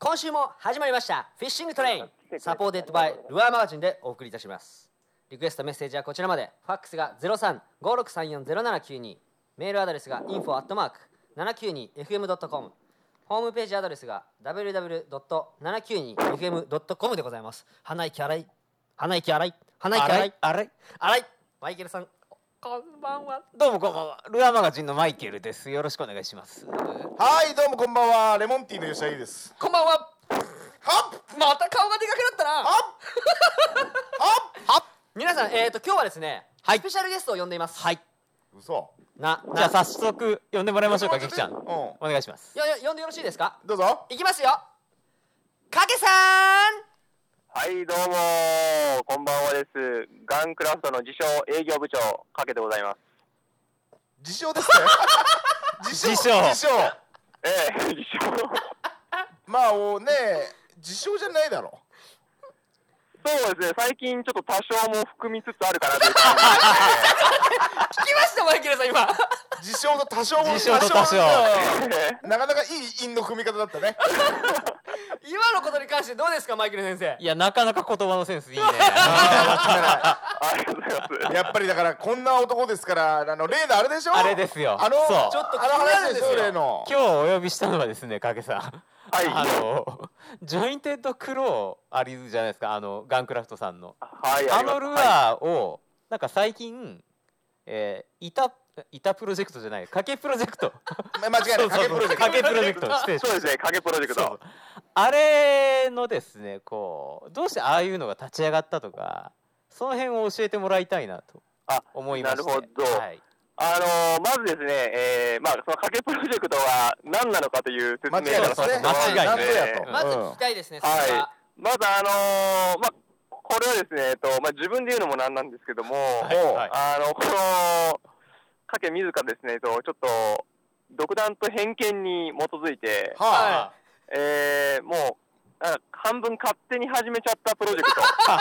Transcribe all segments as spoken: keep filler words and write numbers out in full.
今週も始まりましたフィッシングトレイン、サポーテッドバイルアーマガジンでお送りいたします。リクエストメッセージはこちらまで。ファックスが ゼロさん ごろくさんよん ゼロななきゅうに、 メールアドレスが インフォ アットマーク ななきゅうに エフエム ドット コム、 ホームページアドレスが ダブリューダブリューダブリュー ドット ななきゅうに エフエム ドット コム でございます。鼻息荒い鼻息荒い鼻息荒い荒い荒い。マイケルさん、こんばんは。 どうもこんばんは。ルアーマガジンのマイケルです。よろしくお願いします。 はい、どうもこんばんは。レモンティーの吉田優です。 こんばんは。 はっまた顔がでかくなったな。 はっはっはっ。 皆さん、えーと今日はですね、はい、スペシャルゲストを呼んでいます。 はい。 嘘。 な、 じゃあ早速呼んでもらいましょうか、劇ちゃん。 うん。 お願いします。 よよ呼んでよろしいですか。 どうぞ。 いきますよ。かけさん。 はいどうもこんばんはです。ガンクラフトの自称営業部長かけでございます。 自称ですね。自称。 自称自称。 ええ自称まあおね自称じゃないだろそうですね、最近ちょっと多少も含みつつあるかなという感じ聞きましたマイケルさん今。 自称と多少も自称と多少でなかなかいい韻の踏み方だったね。 今のことに関してどうですかマイケル先生。 いや、なかなか言葉のセンスいいね。 あありがとうございます。 ーやっぱりだからこんな男ですから、あの例のあれでしょ。 あれですよ。 あのそうちょっとあの話でしょ、 気になるんですよ例の。 今日お呼びしたのはですね、かけさん。 はいあのジョインテッドクローあるじゃないですか、あのガンクラフトさんの。 はいあのルーアーをなんか最近、えー、いたいたプロジェクトじゃない、かけプロジェクト。 間違いない。 そうそうそうかけプロジェクト。 かけプロジェクト失礼しました。 そうですね、影プロジェクそうト。 あれのですね、こうどうしてああいうのが立ち上がったとか、その辺を教えてもらいたいなとあ思いまして。 なるほど、 はい、 あのー、まずですね、えー、まあその影プロジェクトが何なのかという説明間違いないですね。 間違いないなんでやと。 まずうん聞きたいですね。それはいはまずあのー、まあこれはですね、えっとまあ、自分で言うのもなんなんですけども、 はいはいあのこの影自らですね、えっとちょっと独断と偏見に基づいて、 はえー、もうなんか半分勝手に始めちゃったプロジェクト。 ちょっと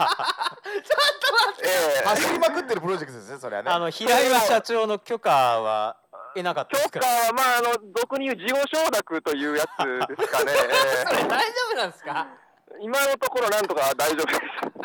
待って。 えい。走りまくってるプロジェクトですね、それはね。 あの平岩社長の許可は得なかったですか。 許可はまああの俗に言う事後承諾というやつですかね。 それえ大丈夫なんですか。 ー、今のところなんとか大丈夫です。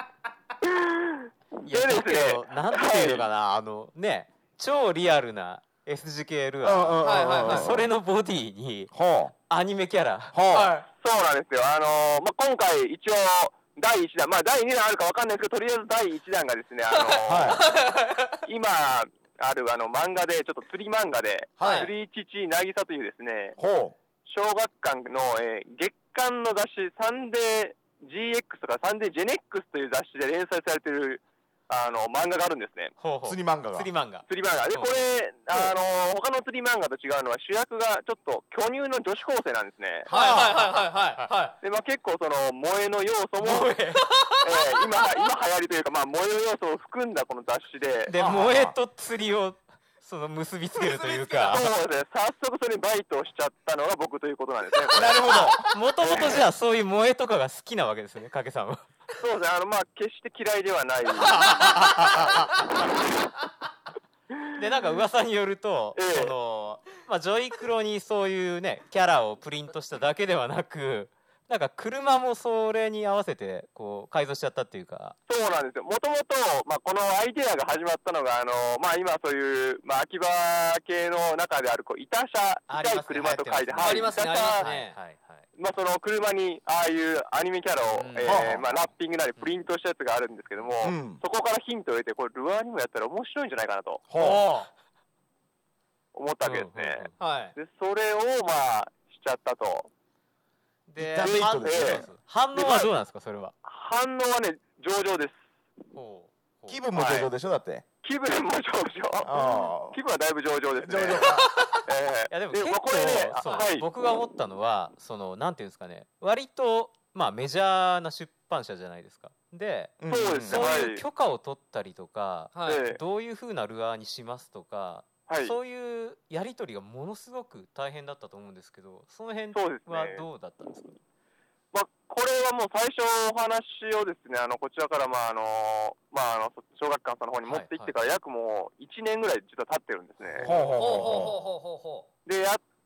いやでですねだけどなんていうのかな、あのね、超リアルな エスジーケー ルアー、 はいはいはいそれのボディにほうアニメキャラ、 ほう。 はそうなんですよ。あのーまあ、今回一応だいいちだん、まあだいにだんあるかわかんないですけど、とりあえずだいいちだんがですね、あのーは今あるあの漫画で、ちょっと釣り漫画で、 はい釣り父渚というですね、 ほ小学館の、えー月刊の雑誌サンデー ジーエックス とかサンデージェネックスという雑誌で連載されているあの漫画があるんですね。 ほうほうう。釣り漫画が。 釣り漫画。 釣り漫画で、これあのー他の釣り漫画と違うのは主役がちょっと巨乳の女子高生なんですね。 いはいはいはいはいはでまあ、結構その萌えの要素も、 萌ええー今今流行りというか、まあ、萌えの要素を含んだこの雑誌で、 で萌えと釣りをその結びつけるというか、 そうですね、早速それにバイトをしちゃったのが僕ということなんですね。これなるほど。 もともとじゃあそういう萌えとかが好きなわけですね、影さんは。 そうですね、あのまあ決して嫌いではないでなんか噂によると、 ええそのまあジョイクロにそういうねキャラをプリントしただけではなく、なんか車もそれに合わせてこう改造しちゃったっていうか。 そうなんですよ。もともと、まあ、このアイデアが始まったのが、あのまあ、今そういう、まあ、秋葉系の中であるこう板車、痛いありますね車と書いて、 流行ってますねありますね板車ありますねはいはいはい。 まあ、その車にああいうアニメキャラを、 うんえはあはあーまあ、ラッピングなりプリントしたやつがあるんですけども、 うんそこからヒントを得て、これルアーにもやったら面白いんじゃないかなとほお思ったわけですね。 うんうんうんはい。 でそれをまあしちゃったと。 でダメイトですね反応はどうなんですか、それは。 反応はね上々です。 ほうほう気分も上々でしょ、だって。 気分も上々。 ああ。 気分はだいぶ上々ですね。 上々か。 えーいやでも結構まあこれねそう、 はい、 僕が思ったのはそのなんていうんですかね、割とまあメジャーな出版社じゃないですか。でうんそうですねそういうはい許可を取ったりとか、 はい。 ええどういう風なルアーにしますとか、 はい、 そういうやり取りがものすごく大変だったと思うんですけど、その辺そうですねはどうだったんですか。 まあ、これはもう最初お話をですね、あのこちらから、まああのまあ、あの小学館さんの方に持って行ってから約もういちねんぐらい実は経ってるんですね。 ほうほうほうほうほうほほうほうほでやっ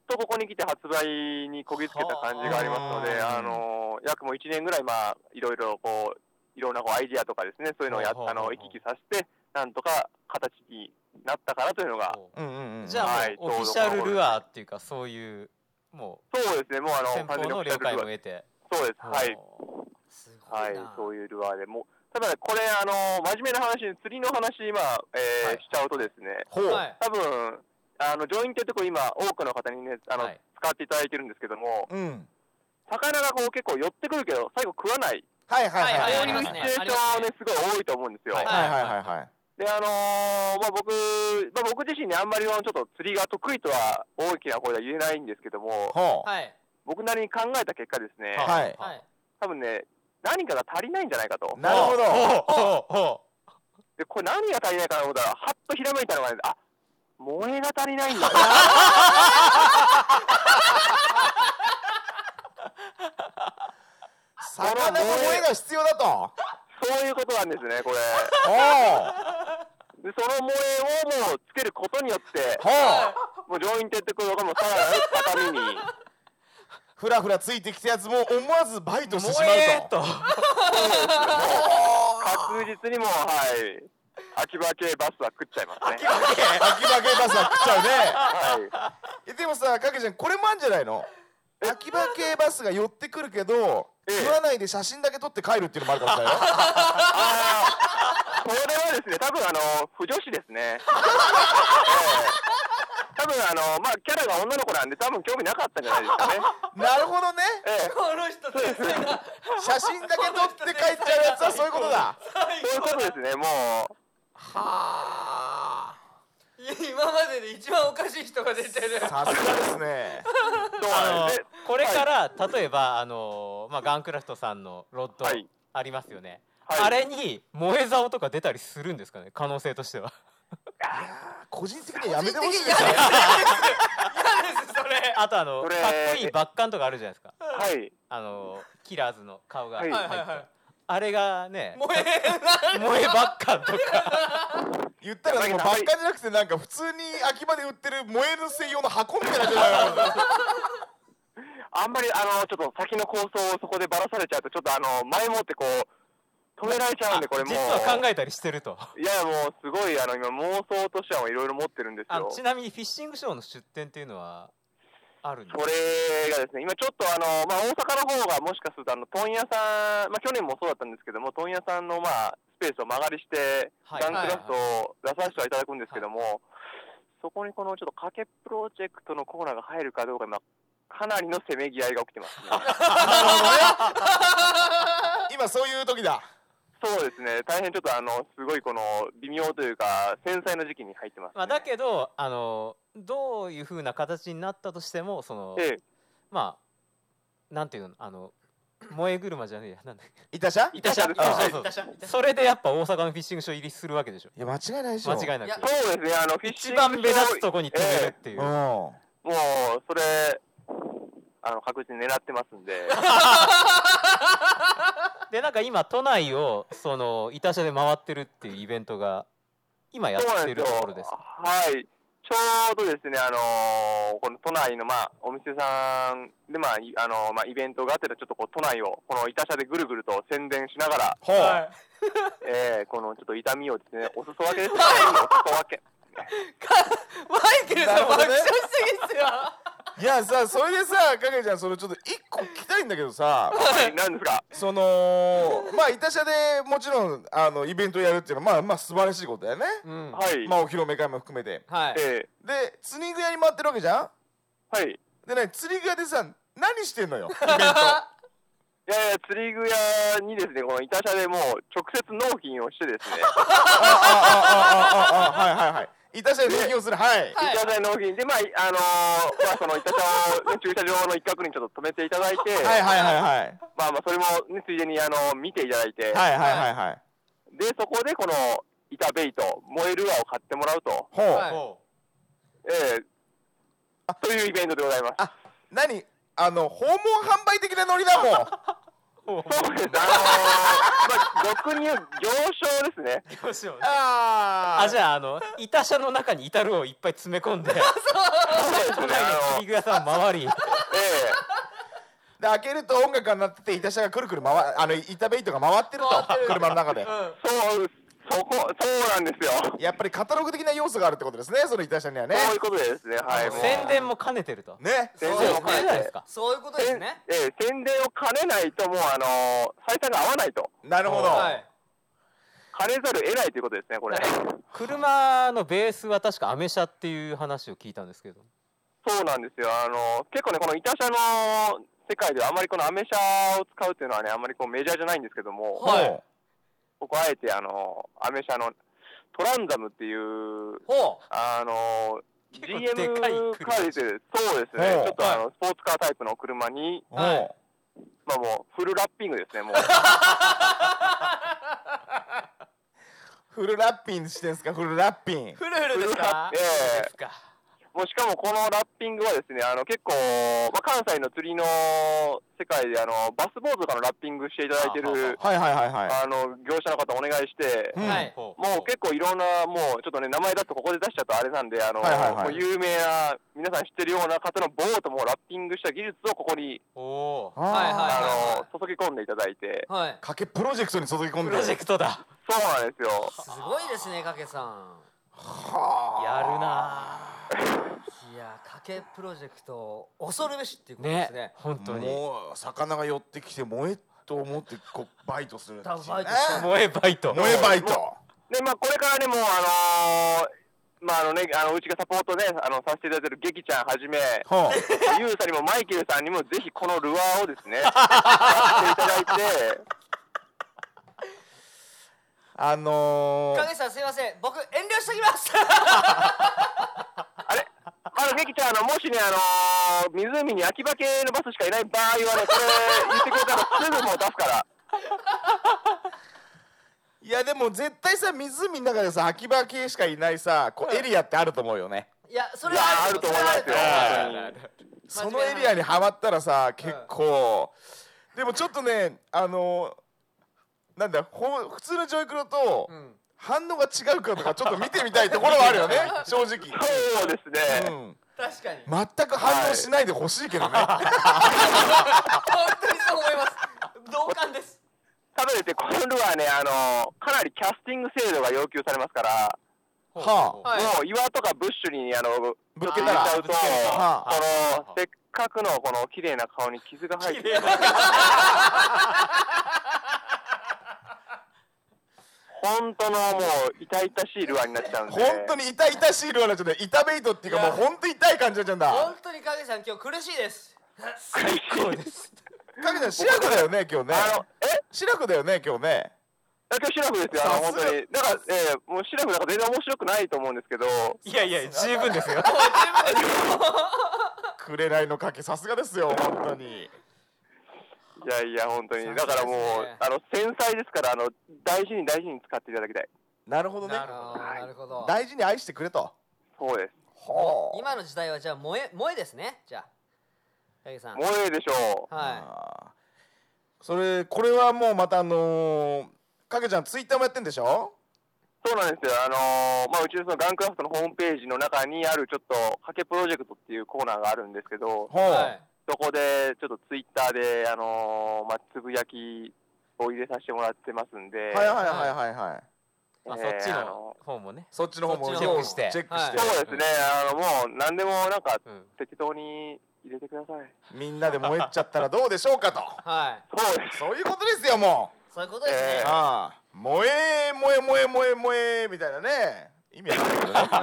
とここに来て発売にこぎつけた感じがありますので、あの約もういちねんぐらい、まあ、いろいろこういろんなこうアイディアとかですね、そういうのをやあの行き来させて、なんとか形になったかなというのが、 うんうんうん、 じゃあもう、はい、オフィシャルルアーっていうか、そういうもうそうですね、もうあの先方の了解も得て、 そうです、はい、はい、そういうルアーでもう。ただこれあの真面目な話、釣りの話、まあえーはい、しちゃうとですね、はい、多分あのジョイントってとこ今多くの方にねあの、はい、使っていただいてるんですけども、うん、魚がこう結構寄ってくるけど最後食わない、 はいはいはい、 そういうシチュエーションねすごい多いと思うんですよ。はいはいはいはい。であのー、まあ僕まあ僕自身ねあんまりちょっと釣りが得意とは大きな声では言えないんですけども、はい、僕なりに考えた結果ですね、はい、多分ね。何かが足りないんじゃないかと。 なるほど。 で、これ何が足りないかなと思ったら、はっとひらめいたのがね、あ、萌えが足りないんだ。 魚の萌えが必要だと。 そういうことなんですね、これ。で、その萌えをもうつけることによって、もうジョインテッドクローがもうさらなる高みに。 ふらふらついてきたやつも思わずバイトしてしまうと。 確実にもうはい秋葉系バスは食っちゃいますね。秋葉系バスは食っちゃうね。はい。でもさ、かけちゃんこれもあるんじゃないの？秋葉系バスが寄ってくるけど食わないで写真だけ撮って帰るっていうのもあるかもしれないよ。 ああ、これはですね、多分あの不女子ですね。多分あのまあキャラが女の子なんで多分興味なかったんじゃないですかね。 なるほどね。 ええ、この人とですね。 写真だけ撮って帰っちゃうやつはそういうことだ。 そういうことですね。もうはあ。 今までで一番おかしい人が出てる。 さすがですね。 あのこれから、はい、例えばあのまあガンクラフトさんのロッドありますよね。はい、あれに萌え竿とか出たりするんですかね。可能性としては。 いや個人的にはやめてほしいですよ。 あとあのかっこいいバッカンとかあるじゃないですか。 はい。 あのキラーズの顔が入ってあれがね萌え萌えバッカンとか言ったらでもバッカンじゃなくてなんか普通に秋葉で売ってる萌える専用の箱みたいなじゃないの。 あんまりあのちょっと先の構想をそこでばらされちゃうとちょっとあの前もってこう止められちゃうんで、これもう実は考えたりしてると。 いやもうすごいあの今妄想としてはいろいろ持ってるんですよ。 ちなみにフィッシングショーの出店っていうのはあるんですか？ それがですね、今ちょっとあの、まあ、大阪の方がもしかするとあの問屋さん、まあ、去年もそうだったんですけども問屋さんのまあスペースを間借りして、はい、ガンクラフトを出させてはいただくんですけども、はいはい、そこにこのちょっと賭けプロジェクトのコーナーが入るかどうか今かなりのせめぎ合いが起きてますね。なるほどね。今そういう時だ。 そうですね、大変ちょっとあのすごいこの微妙というか繊細な時期に入ってます、ね。 まあだけどあのどういう風な形になったとしてもその、ええ、まあなんていうのあの萌え車じゃねえやなんだっけ。 いたしゃ？ いたしゃ。そうそうそう。それでやっぱ大阪のフィッシングショー入りするわけでしょ。 いや間違いないでしょ。 間違いなく。 そうですね、あのフィッシングショー一番目立つとこに止めるっていう。えー、 もうそれあの確実に狙ってますんで。 でなんか今都内をその板車で回ってるっていうイベントが今やってるところです。 はい、ちょうどですねあのー、この都内のまあお店さんでまああのー、まあイベントがあってちょっとこう都内をこの板車でぐるぐると宣伝しながら、はい、えー、このちょっと痛みをですねお裾分けですね。お裾分け。 マイケルさん爆笑しすぎっすよ。 いやさそれでさかけちゃんそれちょっと一個聞きたいんだけどさ、 はい、何ですか。 そのまあ板車でもちろんあのイベントやるっていうのはまあまあ素晴らしいことだよね、うん、はいまあお披露目会も含めて、はい、で釣り具屋に回ってるわけじゃん。 はいでね釣り具屋でさ何してんのよイベント。いやいや釣り具屋にですねこの板車でもう直接納品をしてですね。 ああああああはいはいはい。板車で納品をする、はい。 板車で納品で、まあ、あのー、まあ、その板車を、ね、駐車場の一角にちょっと止めていただいて。はいはいはいはい。 まあまあ、それも、ね、ついでに、あのー、見ていただいて。 はいはいはいはい。 で、そこで、この板ベイト、燃える輪を買ってもらうと。ほう。はい、ええー、というイベントでございます。 あ、何あの、訪問販売的なノリだもん。 そうです。あのー、まあ俗に言う行商ですね。 行商ね。 ああ、じゃああの板車の中に板ルーをいっぱい詰め込んで、 そうですね。 都内の釣り具屋さん回り。 ええ。 で開けると音楽が鳴ってて板車がくるくる回あの板ベイトが回ってると車の中で、 そうそこそうなんですよ。 やっぱりカタログ的な要素があるってことですね、その板車にはね。 そういうことですね。はい。もう宣伝も兼ねてると。 ね、 宣そう伝を兼ねてじゃないですか。 そういうことですね。 ええ、宣伝を兼ねないともうあのー、採算が合わないと。 なるほど。 はい。 兼ねざるを得ないということですね、これ。 車のベースは確かアメ車っていう話を聞いたんですけど。 そうなんですよ。あのー、結構ね、この板車の世界ではあまりこのアメ車を使うっていうのはね、あんまりこうメジャーじゃないんですけども、 はい。 ここあえてあのー、アメ車のトランザムっていう、 ほう。 あのー、ジーエムでかいカーですね、そうですね、 ほうちょっとあのスポーツカータイプの車に、 はい、 まあもうフルラッピングですね、もう。 フルラッピンしてんすか、フルラッピン。 フルフルですか？ ええですか。 もうしかもこのラッピングはですね、あの結構、まあ、関西の釣りの世界であのバスボートとかのラッピングしていただいてるはいはいはいはい。 あの業者の方お願いして、 うん、 はい。 もう結構いろんな、もうちょっとね、名前だとここで出しちゃうとあれなんで、あの、 はいはいはい、 もう有名な、皆さん知ってるような方のボートもラッピングした技術をここに、 おお。 はいはいあの、注ぎ込んでいただいて、 はい。 かけプロジェクトに注ぎ込んで。 プロジェクトだ。 そうなんですよ。 すごいですね、かけさん。 はあ。 やるな。 いや、かけプロジェクト恐るべしっていうことですね。 ね、本当に。 もう魚が寄ってきて燃えと思ってこうバイトするっていうね。 バイトして萌えバイト。 燃えバイト。 で、まあ、これからね、もう、あのー、まあ、あのね、あの、うちがサポートね、あの、させていただいてるゲキちゃんはじめ、 はあ、 ユウさんにもマイケルさんにも、ぜひこのルアーをですね、やっていただいて、 あのー、 かけさんすいません、僕遠慮してきます。 あれあの、ゲキちゃん、あの、もしね、あのー、湖に秋葉系のバスしかいない場合はね、これ言ってくれたらすぐもう出すから。 いやでも絶対さ、湖の中でさ秋葉系しかいないさこうエリアってあると思うよね。 いや、それいやはあると思いますよ、本当に。 そのエリアにはまったらさ結構、でもちょっとね、あのなんだほ普通のジョイクロと反応が違うかとかちょっと見てみたいところはあるよね正直。 そうですね、 うん、 確かに全く反応しないでほしいけどね、 本当にそう思います。同感です。 ただですね、このルアーね、あのかなりキャスティング精度が要求されますから、 はあ、 はい、 もう岩とかブッシュにあのぶっけたら入れちゃうと、 はあ、 このせっかくのこの綺麗な顔に傷が入ってる。本当のもう痛々しいルアーになっちゃうんで。 本当に痛々しいルアーなんじゃない、痛ベイトっていうかもう本当に痛い感じになっちゃうんだ。 本当に影さん今日苦しいです。 最高です。 影さんシラフだよね今日ね。 あのえシラフだよね今日ね。 今日シラフですよ、あの本当に。だから、えー、もうシラフだから全然面白くないと思うんですけど。 いやいや十分ですよ。 くれないのかけさすがですよ本当に。 いやいや本当に、だからもう、あの繊細ですから、あの大事に大事に使っていただきたい。 なるほどね。 なるほど。 大事に愛してくれと。 そうです。 はあ、 今の時代はじゃあ萌え萌えですね。じゃあ影さん。 萌えでしょう。 はい。それこれはもうまたあのー、かけちゃんツイッターもやってんでしょ。 そうなんですよ。あのー、まあうちのそのガンクラフトのホームページの中にあるちょっとかけプロジェクトっていうコーナーがあるんですけど、 はあ、 はい、 そこでちょっとツイッターであのー、まあつぶやきを入れさせてもらってますんで、 はいはいはいはいはい。 まあそっちの方もね。 そっちの方もチェックしてチェックして。 そうですね。あのもう何でもなんか適当に入れてください。 みんなで燃えちゃったらどうでしょうかと。 はい。 そうです。 そういうことですよもう。 そういうことですね。 えー、ああ、燃え燃え燃え燃え燃えみたいなね。意味わかんないけどね。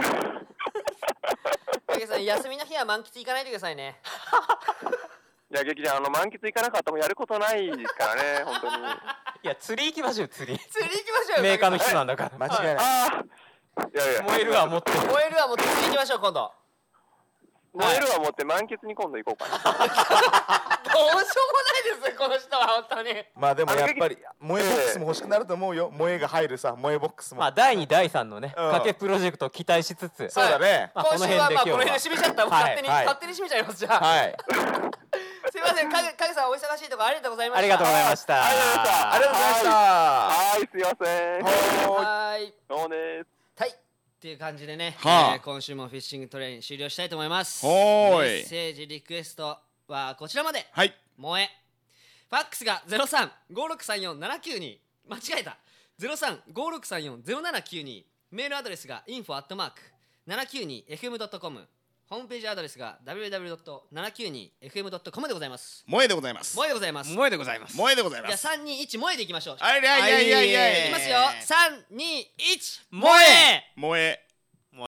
影さん休みの日は満喫行かないでくださいね。 いや劇団あの満喫行かなかったらもうやることないですからね本当に。 いや釣り行きましょう釣り。 釣り行きましょうよ。 メーカーの人なんだから。 間違いない。 ああ。いやいや。 燃えるわ持って。 燃えるわ持って釣り行きましょう今度。 燃えるわ持って満喫に今度行こうかな。 どうしようもないですこの人は本当に。 まあでもやっぱり萌えボックスも欲しくなると思うよ。萌えが入るさ萌えボックスも。 まあだいにだいさんのねうん、 かけプロジェクトを期待しつつ。 そうだね。 今週はまあこの辺で締めちゃった。勝手に勝手に締めちゃいますじゃあ。 はい。 すいみません、影影さんお忙しいところありがとうございました。 ありがとうございました。 ありがとうございました。 ありがとうございました。 はい、すいません。 はーい。 そうです。 はい。っていう感じでね、 はあえー今週もフィッシングトレイン終了したいと思います。 ほーいメッセージリクエストはこちらまで。 はい。 萌え。ファックスがゼロさん ごーろくさんよん ななきゅうに 間違えた ゼロさん ごーろくさんよん ゼロななきゅうに メールアドレスが インフォ アットマーク ななきゅうにエフエム ドットコム ホームページアドレスが ダブリューダブリューダブリュー ドット ななきゅうにエフエム ドットコム でございます。 萌えでございます。 萌えでございます。 萌えでございます。 萌えでございじゃあます。 さんにいち萌えでいきましょう。 はいはいはいはいはい。 いきますよ。さんにいち萌え。 萌え。 萌え。